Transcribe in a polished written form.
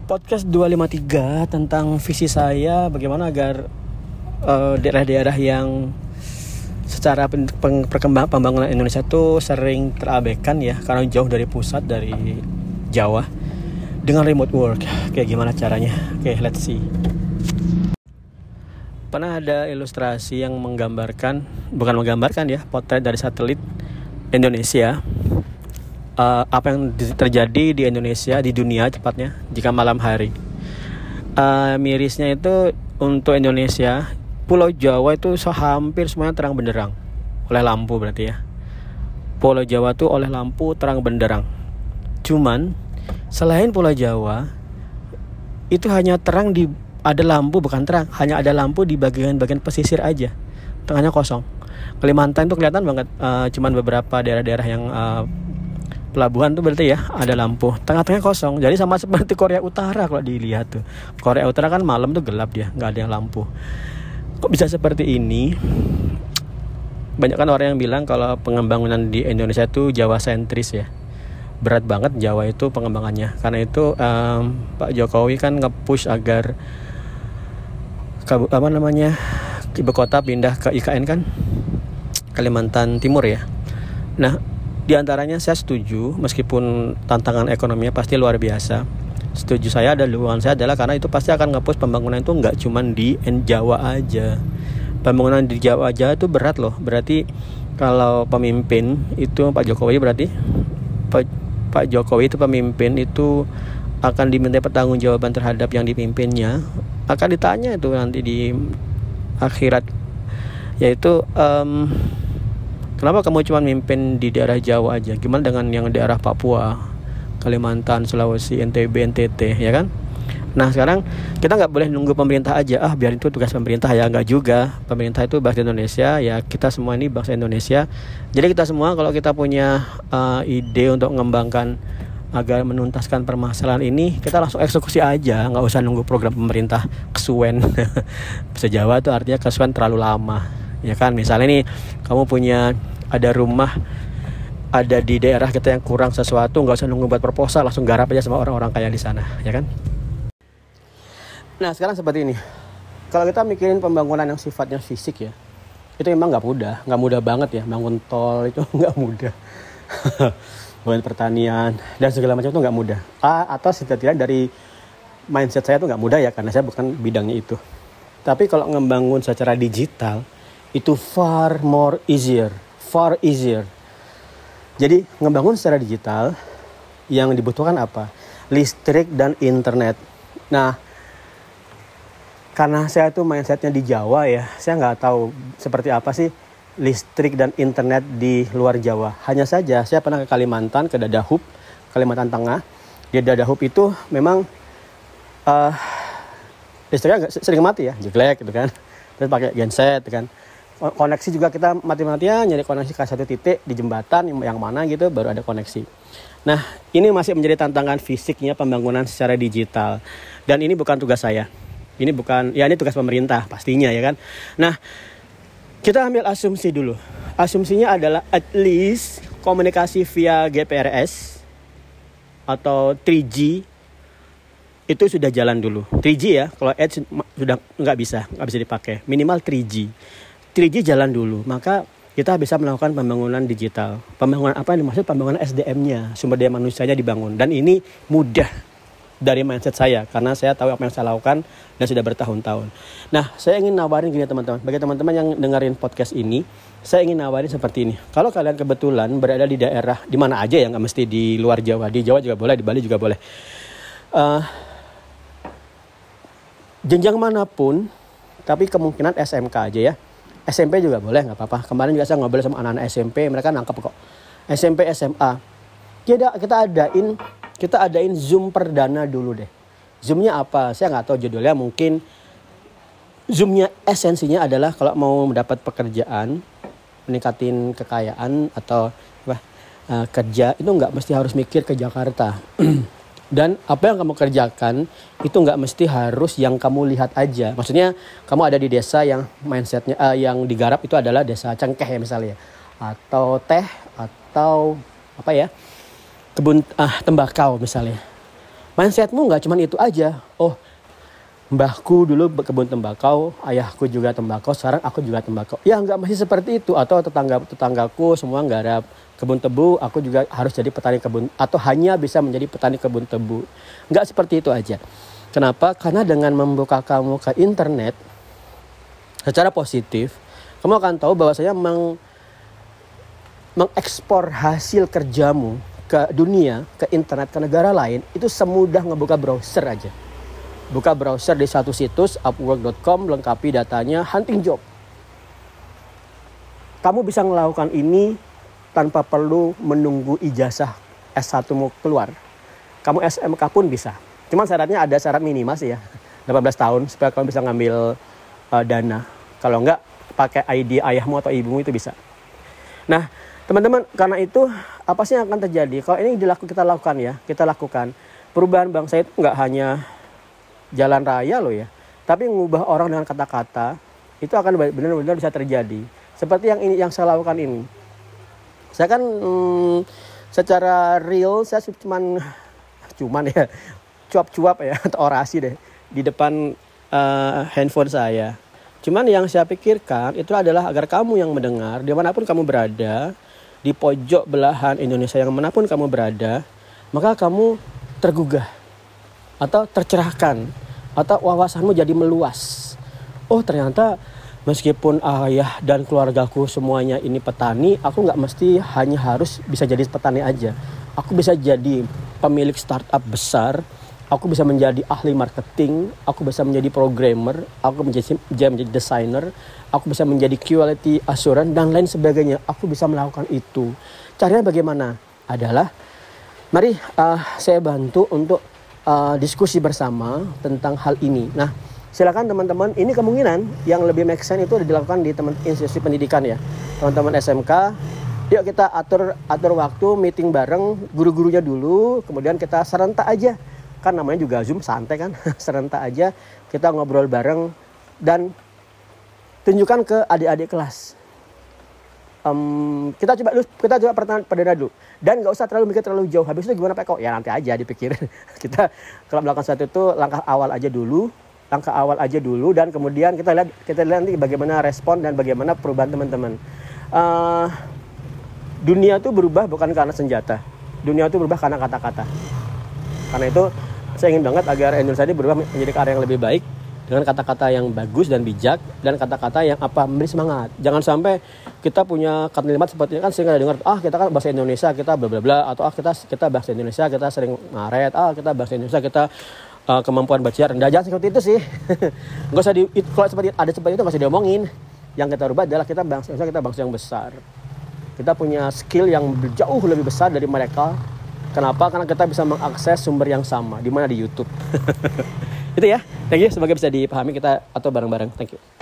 Podcast 253 tentang visi saya bagaimana agar daerah-daerah yang secara pembangunan Indonesia itu sering terabaikan ya, karena jauh dari pusat, dari Jawa, dengan remote work. Kayak gimana caranya? Oke, let's see. Pernah ada ilustrasi yang bukan menggambarkan ya, potret dari satelit Indonesia. Apa yang terjadi di Indonesia, di dunia tepatnya, jika malam hari. Mirisnya itu untuk Indonesia, Pulau Jawa itu hampir semuanya terang benderang oleh lampu berarti ya. Pulau Jawa itu oleh lampu terang benderang. Cuman selain Pulau Jawa itu hanya terang ada lampu, bukan terang, hanya ada lampu di bagian-bagian pesisir aja. Tengahnya kosong. Kalimantan itu kelihatan banget, cuman beberapa daerah-daerah yang pelabuhan tuh berarti ya ada lampu, tengah-tengah kosong. Jadi sama seperti Korea Utara kalau dilihat tuh. Korea Utara kan malam tuh gelap dia, nggak ada yang lampu. Kok bisa seperti ini? Banyak kan orang yang bilang kalau pengembangan di Indonesia tuh Jawa sentris ya. Berat banget Jawa itu pengembangannya. Karena itu Pak Jokowi kan nge-push agar ibu kota pindah ke IKN kan, Kalimantan Timur ya. Nah, di antaranya saya setuju, meskipun tantangan ekonominya pasti luar biasa. Setuju saya adalah karena itu pasti akan nge-push pembangunan itu nggak cuma di Jawa aja. Pembangunan di Jawa aja itu berat loh. Berarti kalau pemimpin itu Pak Jokowi, berarti Pak Jokowi itu pemimpin itu akan diminta pertanggungjawaban terhadap yang dipimpinnya. Akan ditanya itu nanti di akhirat, yaitu kenapa kamu cuma mimpin di daerah Jawa aja? Gimana dengan yang daerah Papua, Kalimantan, Sulawesi, NTB, NTT, ya kan? Nah, sekarang kita nggak boleh nunggu pemerintah aja. Biar itu tugas pemerintah ya, nggak juga. Pemerintah itu bangsa Indonesia, ya kita semua ini bangsa Indonesia. Jadi kita semua kalau kita punya ide untuk mengembangkan agar menuntaskan permasalahan ini, kita langsung eksekusi aja, nggak usah nunggu program pemerintah kesuwen. Bahasa Jawa itu artinya kesuwen terlalu lama. Ya kan, misalnya nih kamu ada rumah ada di daerah kita yang kurang sesuatu, nggak usah nunggu buat proposal, langsung garap aja sama orang-orang kaya di sana, ya kan? Nah, sekarang seperti ini. Kalau kita mikirin pembangunan yang sifatnya fisik ya, itu memang nggak mudah banget ya. Bangun tol itu nggak mudah. Bangun pertanian dan segala macam itu nggak mudah. Atau setidaknya dari mindset saya itu nggak mudah ya, karena saya bukan bidangnya itu. Tapi kalau ngebangun secara digital itu far easier. Jadi ngebangun secara digital yang dibutuhkan apa? Listrik dan internet. Nah, karena saya tuh mindsetnya di Jawa ya, saya nggak tahu seperti apa sih listrik dan internet di luar Jawa. Hanya saja saya pernah ke Kalimantan, ke Dadahub, Kalimantan Tengah. Di Dadahub itu memang listriknya sering mati ya, jelek gitu kan. Terus pakai genset kan. Koneksi juga kita mati-matian nyari koneksi ke satu titik di jembatan yang mana gitu baru ada koneksi. Nah, ini masih menjadi tantangan fisiknya pembangunan secara digital. Dan ini bukan tugas saya. Ini tugas pemerintah pastinya ya kan. Nah, kita ambil asumsi dulu. Asumsinya adalah at least komunikasi via GPRS atau 3G itu sudah jalan dulu. 3G ya, kalau Edge sudah nggak bisa dipakai. Minimal 3G. 3G jalan dulu, maka kita bisa melakukan pembangunan digital. Pembangunan apa yang dimaksud? Pembangunan SDM-nya, sumber daya manusianya dibangun. Dan ini mudah dari mindset saya, karena saya tahu apa yang saya lakukan dan sudah bertahun-tahun. Nah, saya ingin nawarin gini teman-teman. Bagi teman-teman yang dengerin podcast ini, saya ingin nawarin seperti ini. Kalau kalian kebetulan berada di daerah, di mana aja ya, nggak mesti di luar Jawa. Di Jawa juga boleh, di Bali juga boleh. Jenjang manapun, tapi kemungkinan SMK aja ya. SMP juga boleh, nggak apa-apa. Kemarin juga saya ngobrol sama anak-anak SMP, mereka nangkep kok. SMP, SMA. Kita adain Zoom perdana dulu deh. Zoomnya apa? Saya nggak tahu judulnya. Mungkin Zoomnya esensinya adalah kalau mau mendapat pekerjaan, meningkatin kekayaan atau kerja, itu nggak mesti harus mikir ke Jakarta. Dan apa yang kamu kerjakan itu nggak mesti harus yang kamu lihat aja. Maksudnya kamu ada di desa yang mindsetnya yang digarap itu adalah desa cengkeh ya misalnya, atau teh, atau kebun tembakau misalnya. Mindsetmu nggak cuma itu aja. Oh, mbahku dulu berkebun tembakau, ayahku juga tembakau, sekarang aku juga tembakau. Ya nggak masih seperti itu. Atau tetanggaku semua nggarap kebun tebu, aku juga harus jadi petani kebun. Atau hanya bisa menjadi petani kebun tebu. Nggak seperti itu aja. Kenapa? Karena dengan membuka kamu ke internet secara positif, kamu akan tahu bahwasanya mengekspor hasil kerjamu ke dunia, ke internet, ke negara lain, itu semudah ngebuka browser aja. Buka browser di satu situs, upwork.com, lengkapi datanya, hunting job. Kamu bisa melakukan ini tanpa perlu menunggu ijazah S1mu keluar. Kamu SMK pun bisa. Cuman syaratnya ada syarat minimal sih ya. 18 tahun supaya kamu bisa ngambil dana. Kalau enggak, pakai ID ayahmu atau ibumu itu bisa. Nah, teman-teman, karena itu apa sih yang akan terjadi? Kalau ini kita lakukan. Perubahan bangsa itu enggak hanya jalan raya loh ya, tapi mengubah orang dengan kata-kata itu akan benar-benar bisa terjadi. Seperti yang saya lakukan ini. Saya kan secara real saya cuman ya cuap-cuap ya atau orasi deh di depan handphone saya. Cuman yang saya pikirkan itu adalah agar kamu yang mendengar dimanapun kamu berada, di pojok belahan Indonesia yang manapun kamu berada, maka kamu tergugah atau tercerahkan, atau wawasanmu jadi meluas. Oh, ternyata meskipun ayah dan keluargaku semuanya ini petani, aku nggak mesti hanya harus bisa jadi petani aja. Aku bisa jadi pemilik startup besar, aku bisa menjadi ahli marketing, aku bisa menjadi programmer, aku menjadi desainer, aku bisa menjadi quality assurance dan lain sebagainya. Aku bisa melakukan itu. Caranya bagaimana? Adalah mari saya bantu untuk diskusi bersama tentang hal ini. Nah, silakan teman-teman, ini kemungkinan yang lebih make sense itu dilakukan di institusi pendidikan ya. Teman-teman SMK, yuk kita atur waktu meeting bareng guru-gurunya dulu, kemudian kita serentak aja. Kan namanya juga Zoom, santai kan. Serentak aja, kita ngobrol bareng dan tunjukkan ke adik-adik kelas. Kita coba perdana dulu dan nggak usah terlalu mikir terlalu jauh. Habis itu gimana Pak Eko? Ya nanti aja dipikirin. Kita kalau melakukan sesuatu itu langkah awal aja dulu dan kemudian kita lihat nanti bagaimana respon dan bagaimana perubahan teman-teman. Dunia itu berubah bukan karena senjata, dunia itu berubah karena kata-kata. Karena itu saya ingin banget agar Indonesia ini berubah menjadi area yang lebih baik dengan kata-kata yang bagus dan bijak dan kata-kata yang memberi semangat. Jangan sampai kita punya kalimat seperti ini kan sering ada dengar, kita kan bahasa Indonesia kita bla bla bla, atau kita bahasa Indonesia kita sering ngaret, kita bahasa Indonesia kita kemampuan baca rendah. Jangan seperti itu sih. Enggak usah kalau seperti itu enggak usah diomongin. Yang kita rubah adalah kita bangsa yang besar. Kita punya skill yang jauh lebih besar dari mereka. Kenapa? Karena kita bisa mengakses sumber yang sama, di mana di YouTube. Itu ya. Thank you, semoga bisa dipahami kita atau bareng-bareng. Thank you.